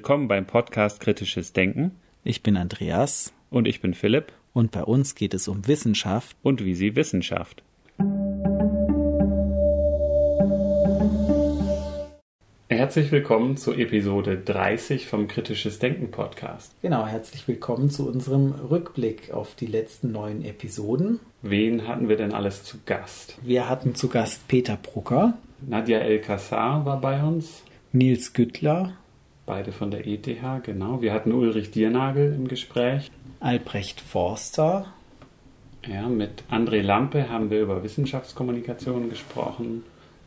willkommen beim Podcast Kritisches Denken. Ich bin Andreas. Und ich bin Philipp. Und bei uns geht es um Wissenschaft. Und wie sie Wissenschaft. Herzlich willkommen zur Episode 30 vom Kritisches Denken Podcast. Genau, herzlich willkommen zu unserem Rückblick auf die letzten 9 Episoden. Wen hatten wir denn alles zu Gast? Wir hatten zu Gast Peter Brucker. Nadia El-Kassar war bei uns. Nils Güttler. Beide von der ETH, genau. Wir hatten Ulrich Diernagel im Gespräch. Albrecht Forster. Ja, mit André Lampe haben wir über Wissenschaftskommunikation gesprochen.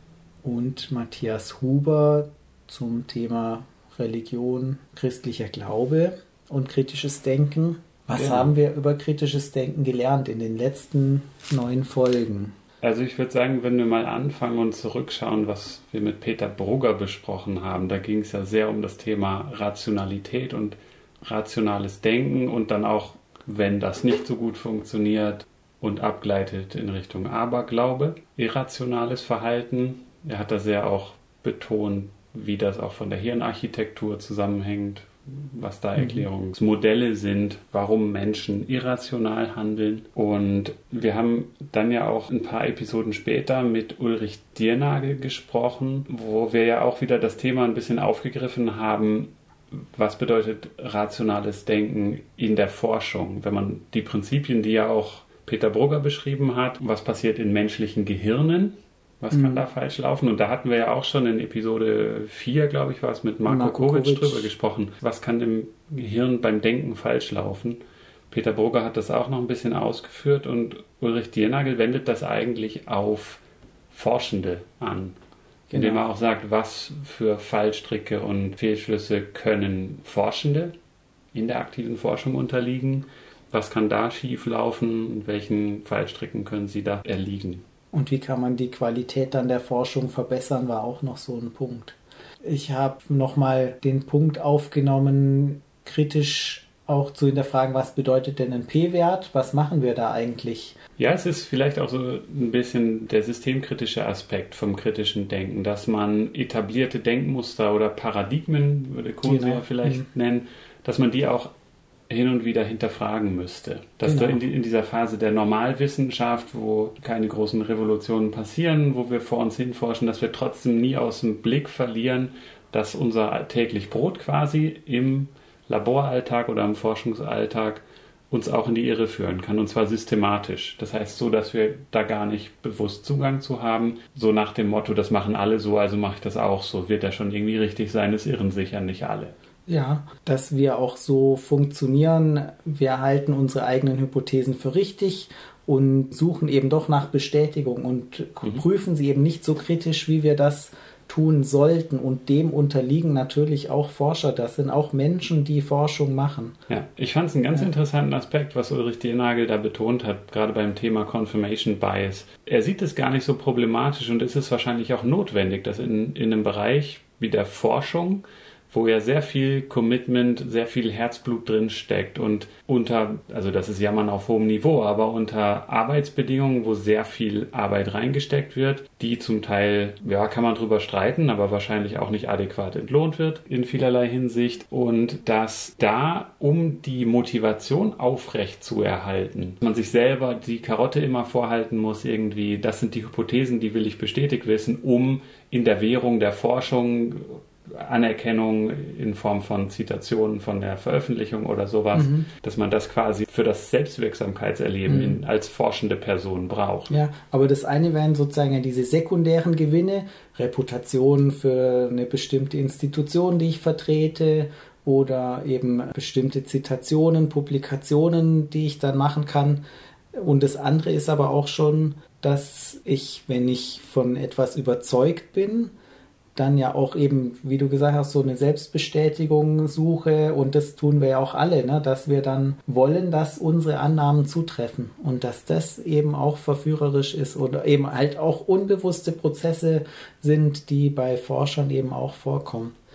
Und Matthias Huber zum Thema Religion, christlicher Glaube und kritisches Denken. Was haben wir über kritisches Denken gelernt in den letzten 9 Folgen? Also ich würde sagen, wenn wir mal anfangen und zurückschauen, was wir mit Peter Brugger besprochen haben, da ging es ja sehr um das Thema Rationalität und rationales Denken und dann auch, wenn das nicht so gut funktioniert und abgleitet in Richtung Aberglaube, irrationales Verhalten. Er hat da sehr auch betont, wie das auch von der Hirnarchitektur zusammenhängt, was da Erklärungsmodelle sind, warum Menschen irrational handeln. Und wir haben dann ja auch ein paar Episoden später mit Ulrich Diernagel gesprochen, wo wir ja auch wieder das Thema ein bisschen aufgegriffen haben, was bedeutet rationales Denken in der Forschung, wenn man die Prinzipien, die ja auch Peter Brugger beschrieben hat, was passiert in menschlichen Gehirnen, was kann da falsch laufen? Und da hatten wir ja auch schon in Episode 4, glaube ich, war es mit Marko Kovic drüber gesprochen. Was kann im Gehirn beim Denken falsch laufen? Peter Brugger hat das auch noch ein bisschen ausgeführt und Ulrich Diernagel wendet das eigentlich auf Forschende an. Genau. Indem er auch sagt, was für Fallstricke und Fehlschlüsse können Forschende in der aktiven Forschung unterliegen? Was kann da schief laufen? Und welchen Fallstricken können sie da erliegen? Und wie kann man die Qualität dann der Forschung verbessern, war auch noch so ein Punkt. Ich habe nochmal den Punkt aufgenommen, kritisch auch zu hinterfragen, was bedeutet denn ein P-Wert? Was machen wir da eigentlich? Ja, es ist vielleicht auch so ein bisschen der systemkritische Aspekt vom kritischen Denken, dass man etablierte Denkmuster oder Paradigmen, würde Kuhn ja vielleicht nennen, dass man die auch hin und wieder hinterfragen müsste. Dass da in dieser Phase der Normalwissenschaft, wo keine großen Revolutionen passieren, wo wir vor uns hinforschen, dass wir trotzdem nie aus dem Blick verlieren, dass unser täglich Brot quasi im Laboralltag oder im Forschungsalltag uns auch in die Irre führen kann, und zwar systematisch. Das heißt so, dass wir da gar nicht bewusst Zugang zu haben, so nach dem Motto, das machen alle so, also mache ich das auch so, wird ja schon irgendwie richtig sein, es irren sich ja nicht alle. Ja, dass wir auch so funktionieren, wir halten unsere eigenen Hypothesen für richtig und suchen eben doch nach Bestätigung und prüfen sie eben nicht so kritisch, wie wir das tun sollten. Und dem unterliegen natürlich auch Forscher. Das sind auch Menschen, die Forschung machen. Ja, ich fand es einen ganz interessanten Aspekt, was Ulrich Diernagel da betont hat, gerade beim Thema Confirmation Bias. Er sieht es gar nicht so problematisch und ist es wahrscheinlich auch notwendig, dass in einem Bereich wie der Forschung, wo ja sehr viel Commitment, sehr viel Herzblut drin steckt und also das ist Jammern auf hohem Niveau, aber unter Arbeitsbedingungen, wo sehr viel Arbeit reingesteckt wird, die zum Teil, ja, kann man drüber streiten, aber wahrscheinlich auch nicht adäquat entlohnt wird in vielerlei Hinsicht, und dass da, um die Motivation aufrecht zu erhalten, man sich selber die Karotte immer vorhalten muss irgendwie, das sind die Hypothesen, die will ich bestätigt wissen, um in der Währung der Forschung Anerkennung in Form von Zitationen von der Veröffentlichung oder sowas, dass man das quasi für das Selbstwirksamkeitserleben als forschende Person braucht. Ja, aber das eine wären sozusagen ja diese sekundären Gewinne, Reputation für eine bestimmte Institution, die ich vertrete, oder eben bestimmte Zitationen, Publikationen, die ich dann machen kann. Und das andere ist aber auch schon, dass ich, wenn ich von etwas überzeugt bin, dann ja auch eben, wie du gesagt hast, so eine Selbstbestätigung suche, und das tun wir ja auch alle, ne? Dass wir dann wollen, dass unsere Annahmen zutreffen und dass das eben auch verführerisch ist oder eben halt auch unbewusste Prozesse sind, die bei Forschern eben auch vorkommen.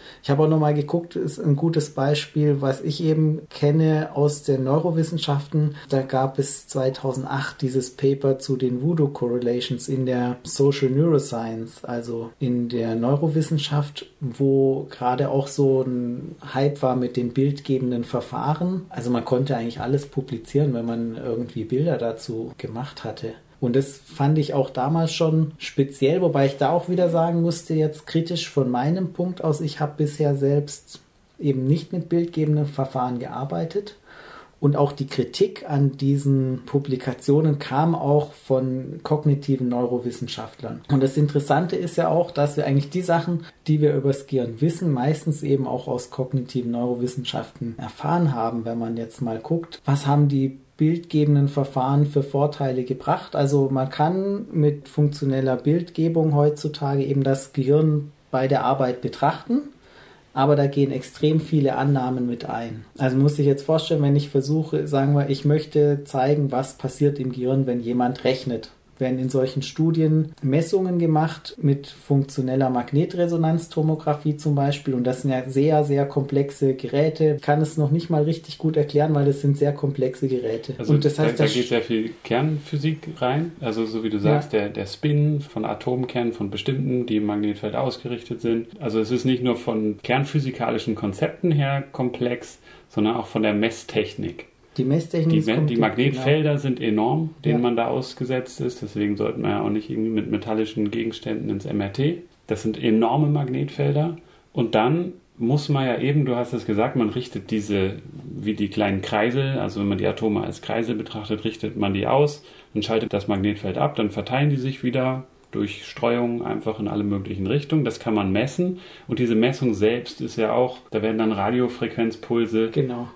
Ich habe auch nochmal geguckt, ist ein gutes Beispiel, was ich eben kenne aus den Neurowissenschaften. Da gab es 2008 dieses Paper zu den Voodoo Correlations in der Social Neuroscience, also in der Neurowissenschaft, wo gerade auch so ein Hype war mit den bildgebenden Verfahren. Also man konnte eigentlich alles publizieren, wenn man irgendwie Bilder dazu gemacht hatte. Und das fand ich auch damals schon speziell, wobei ich da auch wieder sagen musste, jetzt kritisch von meinem Punkt aus, ich habe bisher selbst eben nicht mit bildgebenden Verfahren gearbeitet. Und auch die Kritik an diesen Publikationen kam auch von kognitiven Neurowissenschaftlern. Und das Interessante ist ja auch, dass wir eigentlich die Sachen, die wir über das Gehirn wissen, meistens eben auch aus kognitiven Neurowissenschaften erfahren haben, wenn man jetzt mal guckt, was haben die bildgebenden Verfahren für Vorteile gebracht. Also man kann mit funktioneller Bildgebung heutzutage eben das Gehirn bei der Arbeit betrachten, aber da gehen extrem viele Annahmen mit ein. Also muss ich jetzt vorstellen, wenn ich versuche, sagen wir, ich möchte zeigen, was passiert im Gehirn, wenn jemand rechnet. Werden in solchen Studien Messungen gemacht mit funktioneller Magnetresonanztomographie zum Beispiel. Und das sind ja sehr, sehr komplexe Geräte. Ich kann es noch nicht mal richtig gut erklären, weil das sind sehr komplexe Geräte. Also und das heißt, da geht sehr viel Kernphysik rein. Also so wie du sagst, der Spin von Atomkernen, von bestimmten, die im Magnetfeld ausgerichtet sind. Also es ist nicht nur von kernphysikalischen Konzepten her komplex, sondern auch von der Messtechnik. Die Messtechnik die Magnetfelder sind enorm, denen man da ausgesetzt ist. Deswegen sollte man ja auch nicht irgendwie mit metallischen Gegenständen ins MRT. Das sind enorme Magnetfelder. Und dann muss man ja eben, du hast es gesagt, man richtet diese, wie die kleinen Kreisel, also wenn man die Atome als Kreisel betrachtet, richtet man die aus und schaltet das Magnetfeld ab. Dann verteilen die sich wieder durch Streuung einfach in alle möglichen Richtungen. Das kann man messen. Und diese Messung selbst ist ja auch, da werden dann Radiofrequenzpulse,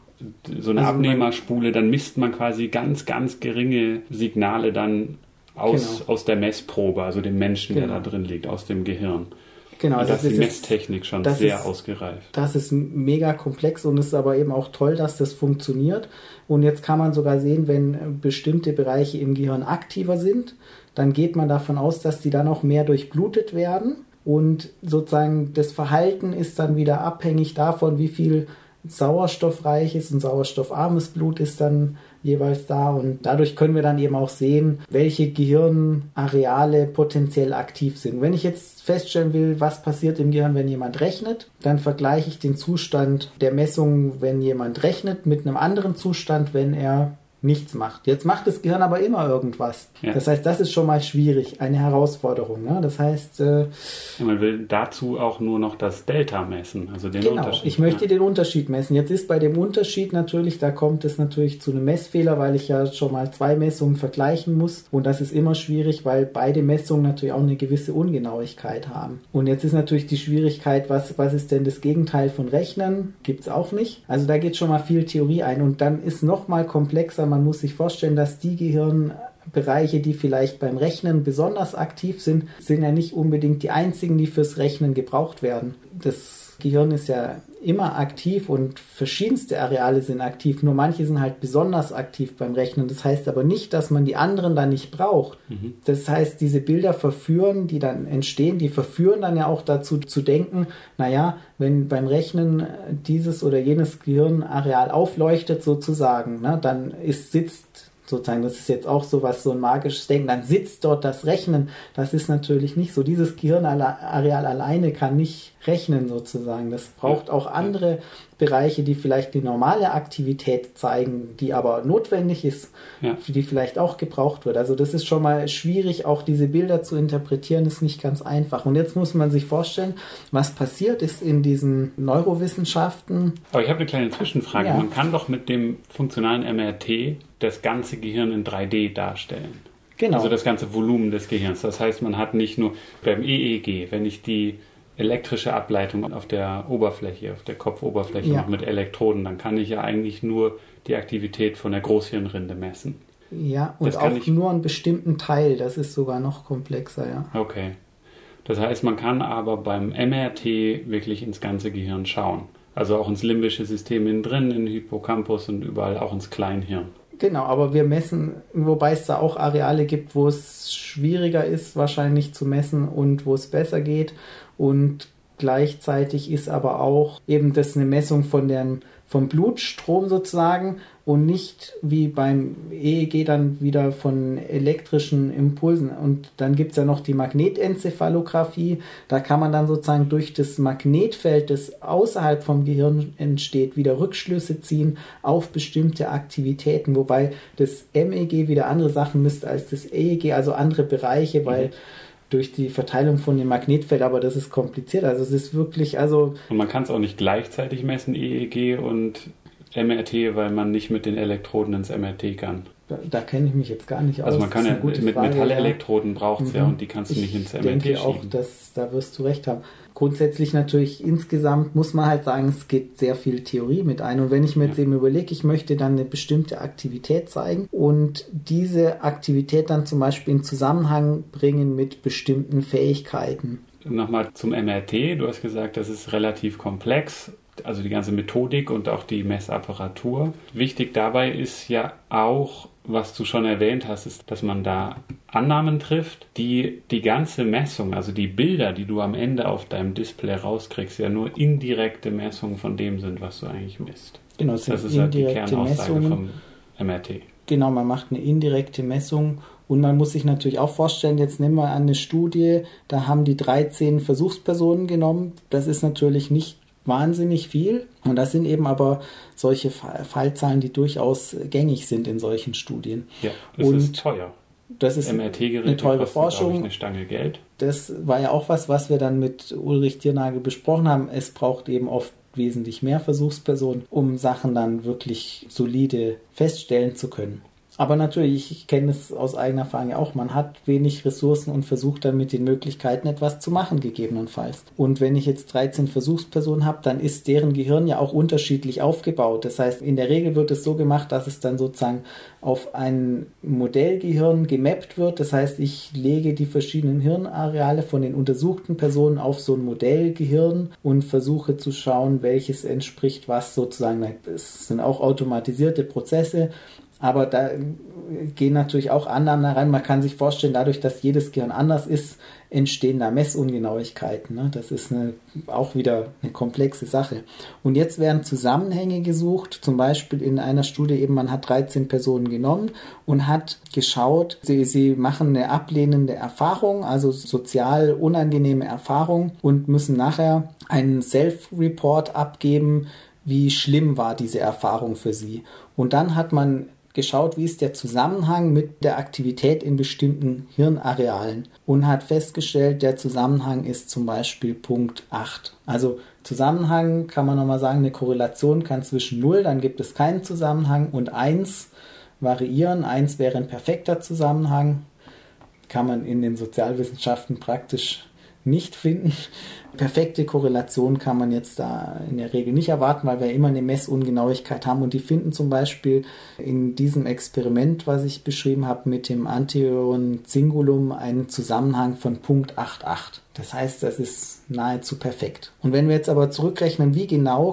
so eine Abnehmerspule, dann misst man quasi ganz, ganz geringe Signale dann aus der Messprobe, also dem Menschen, der da drin liegt, aus dem Gehirn. Genau, und da ist die Messtechnik schon sehr ausgereift. Das ist mega komplex und es ist aber eben auch toll, dass das funktioniert. Und jetzt kann man sogar sehen, wenn bestimmte Bereiche im Gehirn aktiver sind, dann geht man davon aus, dass die dann auch mehr durchblutet werden. Und sozusagen das Verhalten ist dann wieder abhängig davon, wie viel sauerstoffreiches und sauerstoffarmes Blut ist dann jeweils da und dadurch können wir dann eben auch sehen, welche Gehirnareale potenziell aktiv sind. Wenn ich jetzt feststellen will, was passiert im Gehirn, wenn jemand rechnet, dann vergleiche ich den Zustand der Messung, wenn jemand rechnet, mit einem anderen Zustand, wenn er nichts macht. Jetzt macht das Gehirn aber immer irgendwas. Ja. Das heißt, das ist schon mal schwierig, eine Herausforderung. Ne? Das heißt... man will dazu auch nur noch das Delta messen, also den Unterschied. Ich möchte den Unterschied messen. Jetzt ist bei dem Unterschied natürlich, da kommt es natürlich zu einem Messfehler, weil ich ja schon mal 2 Messungen vergleichen muss. Und das ist immer schwierig, weil beide Messungen natürlich auch eine gewisse Ungenauigkeit haben. Und jetzt ist natürlich die Schwierigkeit, was ist denn das Gegenteil von Rechnen? Gibt es auch nicht. Also da geht schon mal viel Theorie ein. Und dann ist noch mal komplexer. Man muss sich vorstellen, dass die Gehirnbereiche, die vielleicht beim Rechnen besonders aktiv sind ja nicht unbedingt die einzigen, die fürs Rechnen gebraucht werden. Das Gehirn ist ja immer aktiv und verschiedenste Areale sind aktiv, nur manche sind halt besonders aktiv beim Rechnen. Das heißt aber nicht, dass man die anderen dann nicht braucht. Das heißt, diese Bilder verführen, die dann entstehen, die verführen dann ja auch dazu zu denken, naja, wenn beim Rechnen dieses oder jenes Gehirnareal aufleuchtet sozusagen, ne, dann sitzt sozusagen, das ist jetzt auch so ein magisches Denken, dann sitzt dort das Rechnen. Das ist natürlich nicht so. Dieses Gehirnareal alleine kann nicht rechnen sozusagen. Das braucht auch andere Bereiche, die vielleicht die normale Aktivität zeigen, die aber notwendig ist, für die vielleicht auch gebraucht wird. Also das ist schon mal schwierig, auch diese Bilder zu interpretieren, ist nicht ganz einfach. Und jetzt muss man sich vorstellen, was passiert ist in diesen Neurowissenschaften. Aber ich habe eine kleine Zwischenfrage. Ja. Man kann doch mit dem funktionalen MRT das ganze Gehirn in 3D darstellen. Genau. Also das ganze Volumen des Gehirns. Das heißt, man hat nicht nur beim EEG, wenn ich die elektrische Ableitung auf der Oberfläche, auf der Kopfoberfläche mache mit Elektroden, dann kann ich ja eigentlich nur die Aktivität von der Großhirnrinde messen. Ja, und auch nur einen bestimmten Teil. Das ist sogar noch komplexer, ja. Okay. Das heißt, man kann aber beim MRT wirklich ins ganze Gehirn schauen. Also auch ins limbische System innen drin, in den Hippocampus und überall auch ins Kleinhirn. Genau, aber wir messen, wobei es da auch Areale gibt, wo es schwieriger ist, wahrscheinlich zu messen und wo es besser geht. Und Gleichzeitig ist aber auch eben das eine Messung vom Blutstrom sozusagen und nicht wie beim EEG dann wieder von elektrischen Impulsen. Und dann gibt es ja noch die Magnetenzephalographie. Da kann man dann sozusagen durch das Magnetfeld, das außerhalb vom Gehirn entsteht, wieder Rückschlüsse ziehen auf bestimmte Aktivitäten. Wobei das MEG wieder andere Sachen misst als das EEG, also andere Bereiche, weil durch die Verteilung von dem Magnetfeld, aber das ist kompliziert. Also es ist wirklich, Und man kann es auch nicht gleichzeitig messen, EEG und MRT, weil man nicht mit den Elektroden ins MRT kann. Da kenne ich mich jetzt gar nicht aus. Also man kann ja mit Metallelektroden braucht es ja und die kannst du nicht ins MRT schieben. Ich denke auch, da wirst du recht haben. Grundsätzlich natürlich insgesamt muss man halt sagen, es geht sehr viel Theorie mit ein. Und wenn ich mir jetzt eben überlege, ich möchte dann eine bestimmte Aktivität zeigen und diese Aktivität dann zum Beispiel in Zusammenhang bringen mit bestimmten Fähigkeiten. Nochmal zum MRT. Du hast gesagt, das ist relativ komplex. Also die ganze Methodik und auch die Messapparatur. Wichtig dabei ist ja auch, was du schon erwähnt hast, ist, dass man da Annahmen trifft, die ganze Messung, also die Bilder, die du am Ende auf deinem Display rauskriegst, ja nur indirekte Messungen von dem sind, was du eigentlich misst. Genau, das ist halt die Kernaussage vom MRT. Genau, man macht eine indirekte Messung und man muss sich natürlich auch vorstellen, jetzt nehmen wir an eine Studie, da haben die 13 Versuchspersonen genommen. Das ist natürlich nicht wahnsinnig viel und das sind eben aber solche Fallzahlen, die durchaus gängig sind in solchen Studien. Ja, das ist teuer. Das ist eine teure Forschung. Eine Stange Geld. Das war ja auch was wir dann mit Ulrich Diernagel besprochen haben. Es braucht eben oft wesentlich mehr Versuchspersonen, um Sachen dann wirklich solide feststellen zu können. Aber natürlich, ich kenne es aus eigener Erfahrung auch, man hat wenig Ressourcen und versucht dann mit den Möglichkeiten etwas zu machen, gegebenenfalls. Und wenn ich jetzt 13 Versuchspersonen habe, dann ist deren Gehirn ja auch unterschiedlich aufgebaut. Das heißt, in der Regel wird es so gemacht, dass es dann sozusagen auf ein Modellgehirn gemappt wird. Das heißt, ich lege die verschiedenen Hirnareale von den untersuchten Personen auf so ein Modellgehirn und versuche zu schauen, welches entspricht was sozusagen. Es sind auch automatisierte Prozesse. Aber da gehen natürlich auch Annahmen rein. Man kann sich vorstellen, dadurch, dass jedes Gehirn anders ist, entstehen da Messungenauigkeiten. Ne? Das ist auch wieder eine komplexe Sache. Und jetzt werden Zusammenhänge gesucht, zum Beispiel in einer Studie eben, man hat 13 Personen genommen und hat geschaut, sie machen eine ablehnende Erfahrung, also sozial unangenehme Erfahrung und müssen nachher einen Self-Report abgeben, wie schlimm war diese Erfahrung für sie. Und dann hat man geschaut, wie ist der Zusammenhang mit der Aktivität in bestimmten Hirnarealen und hat festgestellt, der Zusammenhang ist zum Beispiel Punkt 8. Also Zusammenhang kann man nochmal sagen, eine Korrelation kann zwischen 0, dann gibt es keinen Zusammenhang und 1 variieren. 1 wäre ein perfekter Zusammenhang, kann man in den Sozialwissenschaften praktisch nicht finden. Perfekte Korrelation kann man jetzt da in der Regel nicht erwarten, weil wir immer eine Messungenauigkeit haben und die finden zum Beispiel in diesem Experiment, was ich beschrieben habe, mit dem anterioren Cingulum einen Zusammenhang von Punkt 88. Das heißt, das ist nahezu perfekt. Und wenn wir jetzt aber zurückrechnen, wie genau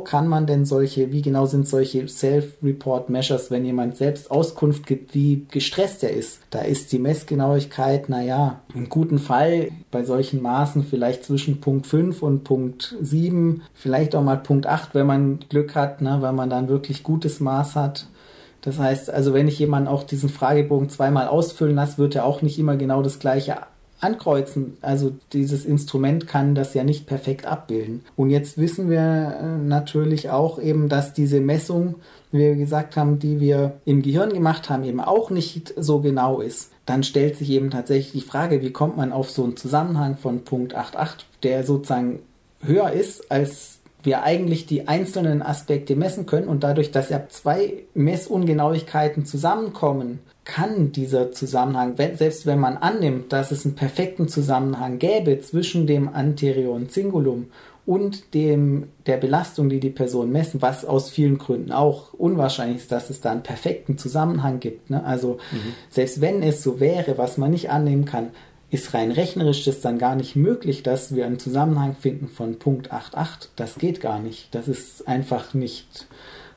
sind solche Self-Report Measures, wenn jemand selbst Auskunft gibt, wie gestresst er ist, da ist die Messgenauigkeit, im guten Fall bei solchen Maßen vielleicht zwischen Punkt 5 und Punkt 7, vielleicht auch mal Punkt 8, wenn man Glück hat, weil man dann wirklich gutes Maß hat. Das heißt, also wenn ich jemanden auch diesen Fragebogen zweimal ausfüllen lasse, wird er auch nicht immer genau das Gleiche ankreuzen. Also dieses Instrument kann das ja nicht perfekt abbilden. Und jetzt wissen wir natürlich auch eben, dass diese Messung, wie wir gesagt haben, die wir im Gehirn gemacht haben, eben auch nicht so genau ist. Dann stellt sich eben tatsächlich die Frage, wie kommt man auf so einen Zusammenhang von Punkt 88, der sozusagen höher ist, als wir eigentlich die einzelnen Aspekte messen können. Und dadurch, dass ja 2 Messungenauigkeiten zusammenkommen, kann dieser Zusammenhang, selbst wenn man annimmt, dass es einen perfekten Zusammenhang gäbe zwischen dem anterioren Cingulum und der Belastung, die Person messen, was aus vielen Gründen auch unwahrscheinlich ist, dass es da einen perfekten Zusammenhang gibt. Ne? Also selbst wenn es so wäre, was man nicht annehmen kann, ist rein rechnerisch das dann gar nicht möglich, dass wir einen Zusammenhang finden von Punkt 88. Das geht gar nicht. Das ist einfach nicht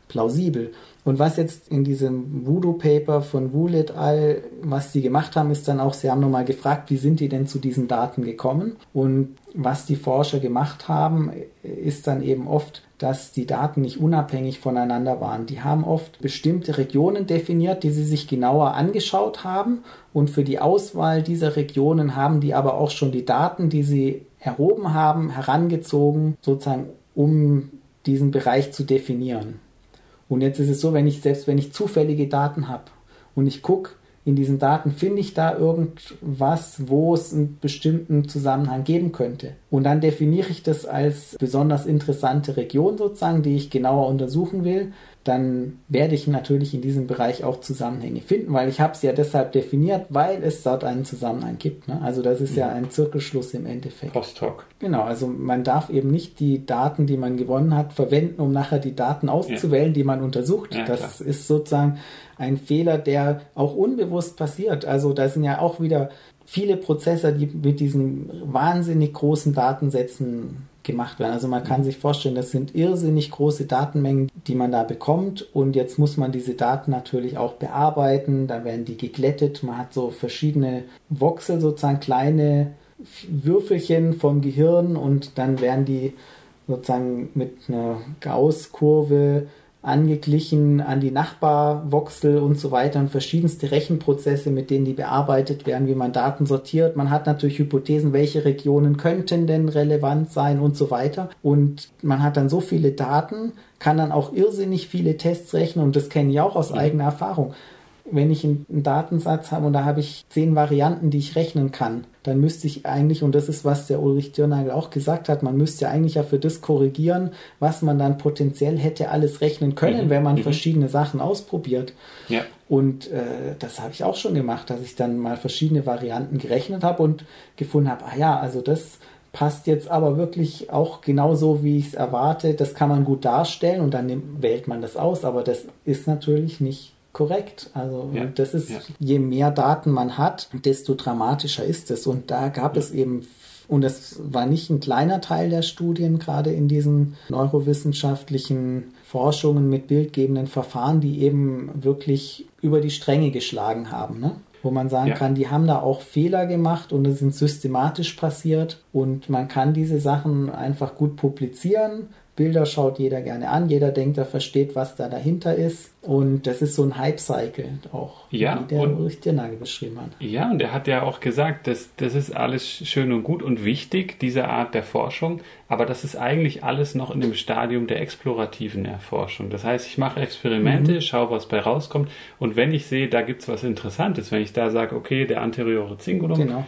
plausibel. Und was jetzt in diesem Voodoo-Paper von Wu et al., was die gemacht haben, ist dann auch, sie haben nochmal gefragt, wie sind die denn zu diesen Daten gekommen? Und was die Forscher gemacht haben, ist dann eben oft, dass die Daten nicht unabhängig voneinander waren. Die haben oft bestimmte Regionen definiert, die sie sich genauer angeschaut haben. Und für die Auswahl dieser Regionen haben die aber auch schon die Daten, die sie erhoben haben, herangezogen, sozusagen um diesen Bereich zu definieren. Und jetzt ist es so, selbst wenn ich zufällige Daten habe und ich gucke, in diesen Daten finde ich da irgendwas, wo es einen bestimmten Zusammenhang geben könnte. Und dann definiere ich das als besonders interessante Region sozusagen, die ich genauer untersuchen will. Dann werde ich natürlich in diesem Bereich auch Zusammenhänge finden, weil ich habe es ja deshalb definiert, weil es dort einen Zusammenhang gibt. Ne? Also das ist ja ein Zirkelschluss im Endeffekt. Post hoc. Genau, also man darf eben nicht die Daten, die man gewonnen hat, verwenden, um nachher die Daten auszuwählen, die man untersucht. Ja, das klar. Ist sozusagen ein Fehler, der auch unbewusst passiert. Also da sind ja auch wieder viele Prozesse, die mit diesen wahnsinnig großen Datensätzen gemacht werden. Also man kann sich vorstellen, das sind irrsinnig große Datenmengen, die man da bekommt, und jetzt muss man diese Daten natürlich auch bearbeiten, da werden die geglättet, man hat so verschiedene Voxel, sozusagen kleine Würfelchen vom Gehirn, und dann werden die sozusagen mit einer Gauss-Kurve angeglichen an die Nachbarvoxel und so weiter, und verschiedenste Rechenprozesse, mit denen die bearbeitet werden, wie man Daten sortiert. Man hat natürlich Hypothesen, welche Regionen könnten denn relevant sein und so weiter. Und man hat dann so viele Daten, kann dann auch irrsinnig viele Tests rechnen, und das kenne ich auch aus eigener Erfahrung. Wenn ich einen Datensatz habe und da habe ich 10 Varianten, die ich rechnen kann, dann müsste ich eigentlich, und das ist, was der Ulrich Dürnagel auch gesagt hat, man müsste eigentlich ja für das korrigieren, was man dann potenziell hätte alles rechnen können, wenn man verschiedene Sachen ausprobiert. Ja. Und das habe ich auch schon gemacht, dass ich dann mal verschiedene Varianten gerechnet habe und gefunden habe, also das passt jetzt aber wirklich auch genauso, wie ich es erwarte. Das kann man gut darstellen, und dann wählt man das aus, aber das ist natürlich nicht korrekt. Also das ist, je mehr Daten man hat, desto dramatischer ist es. Und da gab es eben, und das war nicht ein kleiner Teil der Studien, gerade in diesen neurowissenschaftlichen Forschungen mit bildgebenden Verfahren, die eben wirklich über die Stränge geschlagen haben, ne? Wo man sagen kann, die haben da auch Fehler gemacht und es sind systematisch passiert, und man kann diese Sachen einfach gut publizieren. Bilder schaut jeder gerne an, jeder denkt, er versteht, was da dahinter ist, und das ist so ein Hype-Cycle auch, wie der Ulrich Dürnagel beschrieben hat. Ja, und er hat ja auch gesagt, das ist alles schön und gut und wichtig, diese Art der Forschung, aber das ist eigentlich alles noch in dem Stadium der explorativen Erforschung. Das heißt, ich mache Experimente, schaue, was bei rauskommt, und wenn ich sehe, da gibt es was Interessantes, wenn ich da sage, okay, der anteriore Cingulum,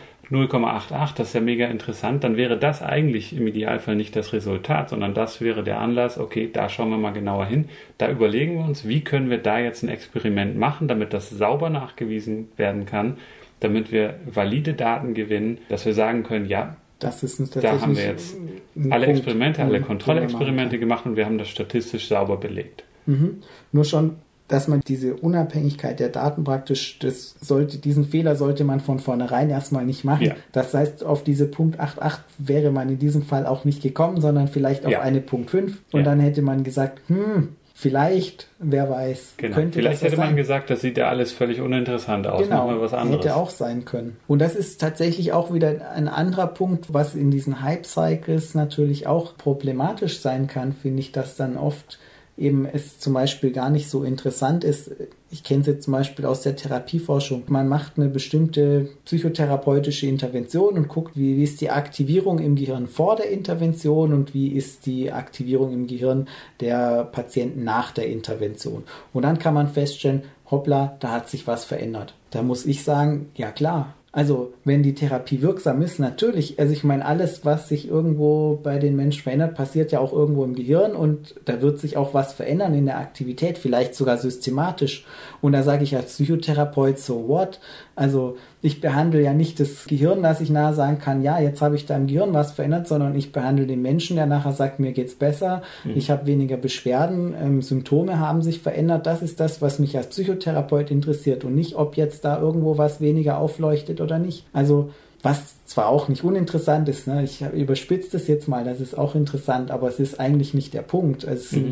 0,88, das ist ja mega interessant, dann wäre das eigentlich im Idealfall nicht das Resultat, sondern das wäre der Anlass, okay, da schauen wir mal genauer hin, da überlegen wir uns, wie können wir da jetzt ein Experiment machen, damit das sauber nachgewiesen werden kann, damit wir valide Daten gewinnen, dass wir sagen können, ja, das ist da haben wir jetzt alle Experimente, alle Kontrollexperimente gemacht, und wir haben das statistisch sauber belegt. Nur schon, dass man diese Unabhängigkeit der Daten praktisch, diesen Fehler sollte man von vornherein erstmal nicht machen. Ja. Das heißt, auf diese Punkt 8.8 wäre man in diesem Fall auch nicht gekommen, sondern vielleicht auf eine Punkt 5, und dann hätte man gesagt, vielleicht, wer weiß, könnte vielleicht das hätte man gesagt, das sieht ja alles völlig uninteressant aus. Genau, machen wir was anderes. Hätte auch sein können. Und das ist tatsächlich auch wieder ein anderer Punkt, was in diesen Hype-Cycles natürlich auch problematisch sein kann, finde ich, dass dann oft eben es zum Beispiel gar nicht so interessant ist. Ich kenne es jetzt zum Beispiel aus der Therapieforschung. Man macht eine bestimmte psychotherapeutische Intervention und guckt, wie ist die Aktivierung im Gehirn vor der Intervention und wie ist die Aktivierung im Gehirn der Patienten nach der Intervention. Und dann kann man feststellen, hoppla, da hat sich was verändert. Da muss ich sagen, ja klar. Also, wenn die Therapie wirksam ist, natürlich. Also ich meine, alles, was sich irgendwo bei den Menschen verändert, passiert ja auch irgendwo im Gehirn, und da wird sich auch was verändern in der Aktivität, vielleicht sogar systematisch. Und da sage ich als Psychotherapeut, so what? Also ich behandle ja nicht das Gehirn, dass ich nachher sagen kann, ja, jetzt habe ich da im Gehirn was verändert, sondern ich behandle den Menschen, der nachher sagt, mir geht's besser, ich habe weniger Beschwerden, Symptome haben sich verändert. Das ist das, was mich als Psychotherapeut interessiert, und nicht, ob jetzt da irgendwo was weniger aufleuchtet funktioniert oder nicht. Also was zwar auch nicht uninteressant ist, ne? Ich überspitze das jetzt mal, das ist auch interessant, aber es ist eigentlich nicht der Punkt.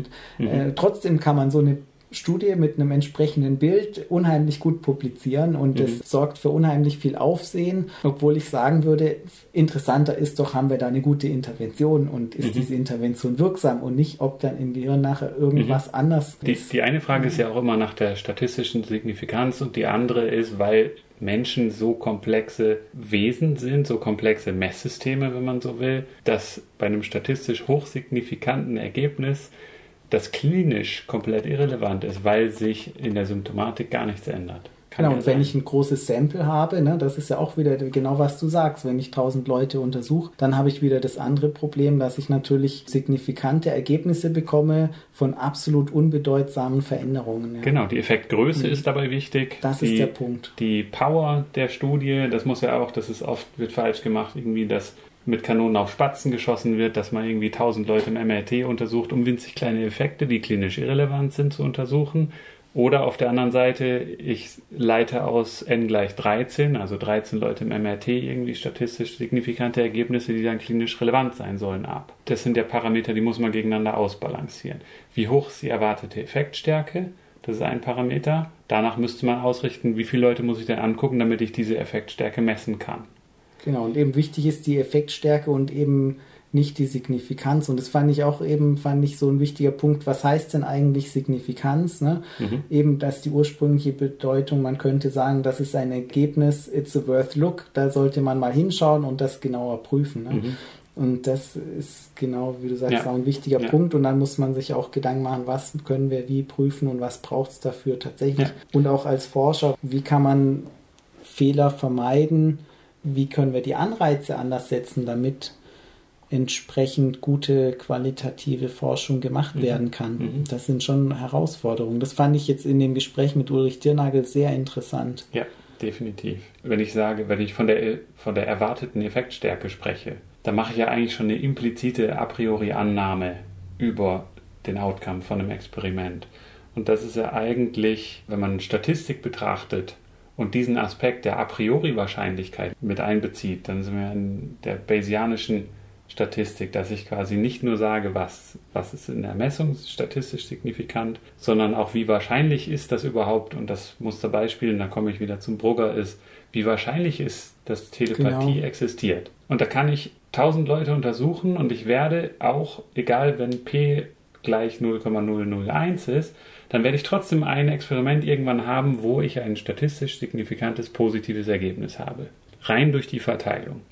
Trotzdem kann man so eine Studie mit einem entsprechenden Bild unheimlich gut publizieren und das sorgt für unheimlich viel Aufsehen, obwohl ich sagen würde, interessanter ist doch, haben wir da eine gute Intervention und ist diese Intervention wirksam und nicht, ob dann im Gehirn nachher irgendwas anders ist. Die eine Frage ist ja auch immer nach der statistischen Signifikanz und die andere ist, weil Menschen so komplexe Wesen sind, so komplexe Messsysteme, wenn man so will, dass bei einem statistisch hochsignifikanten Ergebnis das klinisch komplett irrelevant ist, weil sich in der Symptomatik gar nichts ändert. Genau, und wenn ich ein großes Sample habe, ne, das ist ja auch wieder genau, was du sagst, wenn ich 1000 Leute untersuche, dann habe ich wieder das andere Problem, dass ich natürlich signifikante Ergebnisse bekomme von absolut unbedeutsamen Veränderungen. Ja. Genau, die Effektgröße ist dabei wichtig. Das ist der Punkt. Die Power der Studie, das muss ja auch, wird falsch gemacht, irgendwie, dass mit Kanonen auf Spatzen geschossen wird, dass man irgendwie 1000 Leute im MRT untersucht, um winzig kleine Effekte, die klinisch irrelevant sind, zu untersuchen. Oder auf der anderen Seite, ich leite aus n = 13, also 13 Leute im MRT, irgendwie statistisch signifikante Ergebnisse, die dann klinisch relevant sein sollen, ab. Das sind ja Parameter, die muss man gegeneinander ausbalancieren. Wie hoch ist die erwartete Effektstärke? Das ist ein Parameter. Danach müsste man ausrichten, wie viele Leute muss ich denn angucken, damit ich diese Effektstärke messen kann. Genau, und eben wichtig ist die Effektstärke und eben nicht die Signifikanz. Und das fand ich so ein wichtiger Punkt. Was heißt denn eigentlich Signifikanz? Ne? Eben, dass die ursprüngliche Bedeutung, man könnte sagen, das ist ein Ergebnis, it's a worth look. Da sollte man mal hinschauen und das genauer prüfen. Ne? Und das ist genau, wie du sagst, auch ein wichtiger Punkt. Und dann muss man sich auch Gedanken machen, was können wir wie prüfen und was braucht es dafür tatsächlich. Ja. Und auch als Forscher, wie kann man Fehler vermeiden? Wie können wir die Anreize anders setzen, damit entsprechend gute qualitative Forschung gemacht werden kann? Das sind schon Herausforderungen. Das fand ich jetzt in dem Gespräch mit Ulrich Dirnagel sehr interessant. Ja, definitiv. Wenn ich von der erwarteten Effektstärke spreche, dann mache ich ja eigentlich schon eine implizite a priori Annahme über den Outcome von einem Experiment. Und das ist ja eigentlich, wenn man Statistik betrachtet, und diesen Aspekt der a priori Wahrscheinlichkeit mit einbezieht, dann sind wir in der bayesianischen Statistik, dass ich quasi nicht nur sage, was ist in der Messung statistisch signifikant, sondern auch, wie wahrscheinlich ist das überhaupt, und das Musterbeispiel, und da komme ich wieder zum Brugger, ist, wie wahrscheinlich ist, dass Telepathie existiert. Und da kann ich 1000 Leute untersuchen und ich werde auch, egal wenn P gleich 0,001 ist, dann werde ich trotzdem ein Experiment irgendwann haben, wo ich ein statistisch signifikantes positives Ergebnis habe. Rein durch die Verteilung.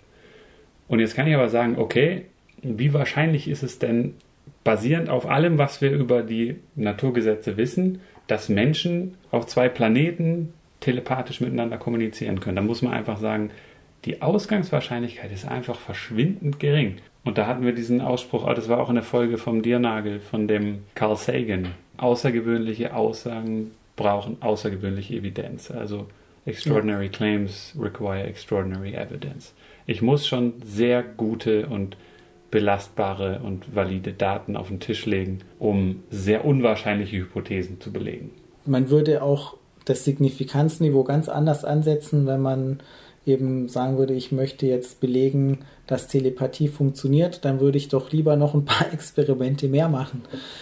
Und jetzt kann ich aber sagen, okay, wie wahrscheinlich ist es denn, basierend auf allem, was wir über die Naturgesetze wissen, dass Menschen auf 2 Planeten telepathisch miteinander kommunizieren können? Da muss man einfach sagen, die Ausgangswahrscheinlichkeit ist einfach verschwindend gering. Und da hatten wir diesen Ausspruch, das war auch in der Folge vom Dirnagel, von dem Carl Sagan. Außergewöhnliche Aussagen brauchen außergewöhnliche Evidenz. Also extraordinary claims require extraordinary evidence. Ich muss schon sehr gute und belastbare und valide Daten auf den Tisch legen, um sehr unwahrscheinliche Hypothesen zu belegen. Man würde auch das Signifikanzniveau ganz anders ansetzen, wenn man eben sagen würde, ich möchte jetzt belegen, dass Telepathie funktioniert, dann würde ich doch lieber noch ein paar Experimente mehr machen,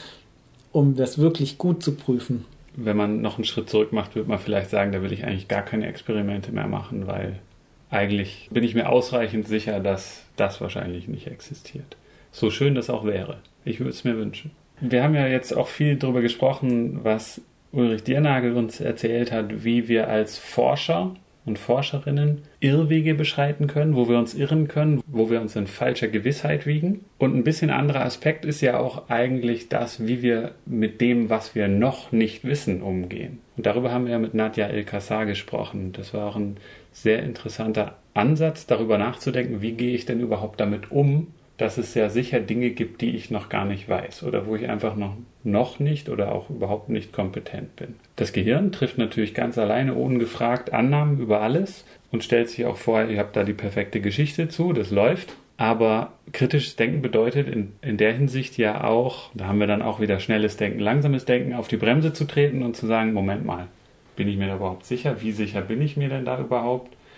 um das wirklich gut zu prüfen. Wenn man noch einen Schritt zurück macht, würde man vielleicht sagen, da will ich eigentlich gar keine Experimente mehr machen, weil eigentlich bin ich mir ausreichend sicher, dass das wahrscheinlich nicht existiert. So schön das auch wäre. Ich würde es mir wünschen. Wir haben ja jetzt auch viel darüber gesprochen, was Ulrich Dirnagel uns erzählt hat, wie wir als Forscher und Forscherinnen Irrwege beschreiten können, wo wir uns irren können, wo wir uns in falscher Gewissheit wiegen. Und ein bisschen anderer Aspekt ist ja auch eigentlich das, wie wir mit dem, was wir noch nicht wissen, umgehen. Und darüber haben wir ja mit Nadia El-Kassar gesprochen. Das war auch ein sehr interessanter Ansatz, darüber nachzudenken, wie gehe ich denn überhaupt damit um, dass es ja sicher Dinge gibt, die ich noch gar nicht weiß oder wo ich einfach noch nicht oder auch überhaupt nicht kompetent bin. Das Gehirn trifft natürlich ganz alleine ungefragt Annahmen über alles und stellt sich auch vor, ihr habt da die perfekte Geschichte zu, das läuft. Aber kritisches Denken bedeutet in der Hinsicht ja auch, da haben wir dann auch wieder schnelles Denken, langsames Denken, auf die Bremse zu treten und zu sagen, Moment mal, bin ich mir da überhaupt sicher? Wie sicher bin ich mir denn da überhaupt?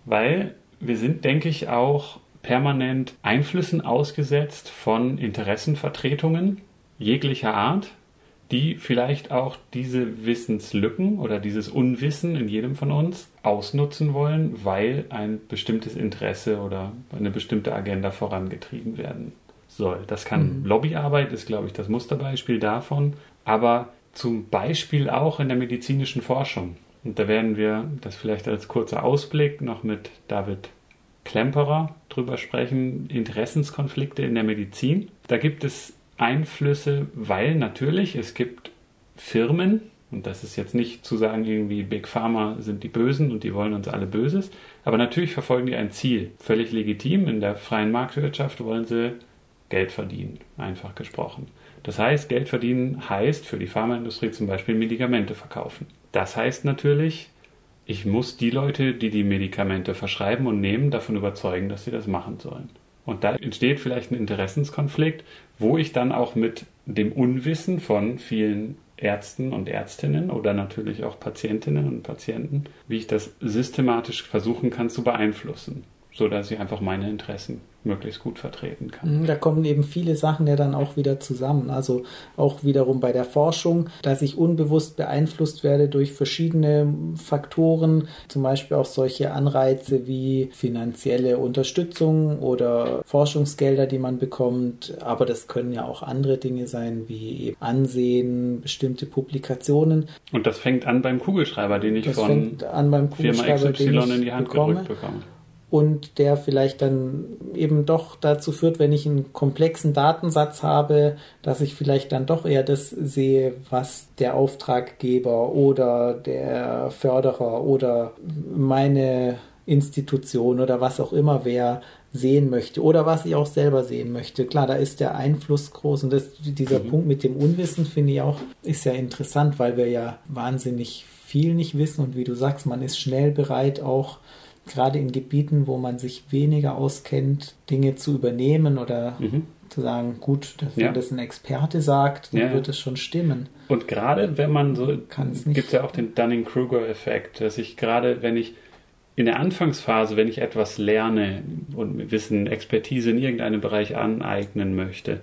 weil wir sind, denke ich, auch permanent Einflüssen ausgesetzt von Interessenvertretungen jeglicher Art, die vielleicht auch diese Wissenslücken oder dieses Unwissen in jedem von uns ausnutzen wollen, weil ein bestimmtes Interesse oder eine bestimmte Agenda vorangetrieben werden soll. Das kann Lobbyarbeit, ist, glaube ich, das Musterbeispiel davon, aber zum Beispiel auch in der medizinischen Forschung. Und da werden wir, das vielleicht als kurzer Ausblick, noch mit David Klemperer drüber sprechen, Interessenskonflikte in der Medizin. Da gibt es Einflüsse, weil natürlich es gibt Firmen, und das ist jetzt nicht zu sagen, irgendwie Big Pharma sind die Bösen und die wollen uns alle Böses, aber natürlich verfolgen die ein Ziel. Völlig legitim, in der freien Marktwirtschaft wollen sie Geld verdienen, einfach gesprochen. Das heißt, Geld verdienen heißt für die Pharmaindustrie zum Beispiel Medikamente verkaufen. Das heißt natürlich, ich muss die Leute, die die Medikamente verschreiben und nehmen, davon überzeugen, dass sie das machen sollen. Und da entsteht vielleicht ein Interessenskonflikt, wo ich dann auch mit dem Unwissen von vielen Ärzten und Ärztinnen oder natürlich auch Patientinnen und Patienten, wie ich das systematisch versuchen kann zu beeinflussen, sodass ich einfach meine Interessen möglichst gut vertreten kann. Da kommen eben viele Sachen ja dann auch wieder zusammen. Also auch wiederum bei der Forschung, dass ich unbewusst beeinflusst werde durch verschiedene Faktoren, zum Beispiel auch solche Anreize wie finanzielle Unterstützung oder Forschungsgelder, die man bekommt. Aber das können ja auch andere Dinge sein, wie Ansehen, bestimmte Publikationen. Und das fängt an beim Kugelschreiber, den ich von Firma XY in die Hand gedrückt bekomme. Und der vielleicht dann eben doch dazu führt, wenn ich einen komplexen Datensatz habe, dass ich vielleicht dann doch eher das sehe, was der Auftraggeber oder der Förderer oder meine Institution oder was auch immer wer sehen möchte oder was ich auch selber sehen möchte. Klar, da ist der Einfluss groß und dieser Punkt mit dem Unwissen, finde ich auch, ist ja interessant, weil wir ja wahnsinnig viel nicht wissen und wie du sagst, man ist schnell bereit, auch gerade in Gebieten, wo man sich weniger auskennt, Dinge zu übernehmen oder zu sagen, gut, wenn das ein Experte sagt, dann wird es schon stimmen. Und gerade wenn man so, gibt es ja auch den Dunning-Kruger-Effekt, dass ich gerade, wenn ich in der Anfangsphase, wenn ich etwas lerne und Wissen, Expertise in irgendeinem Bereich aneignen möchte,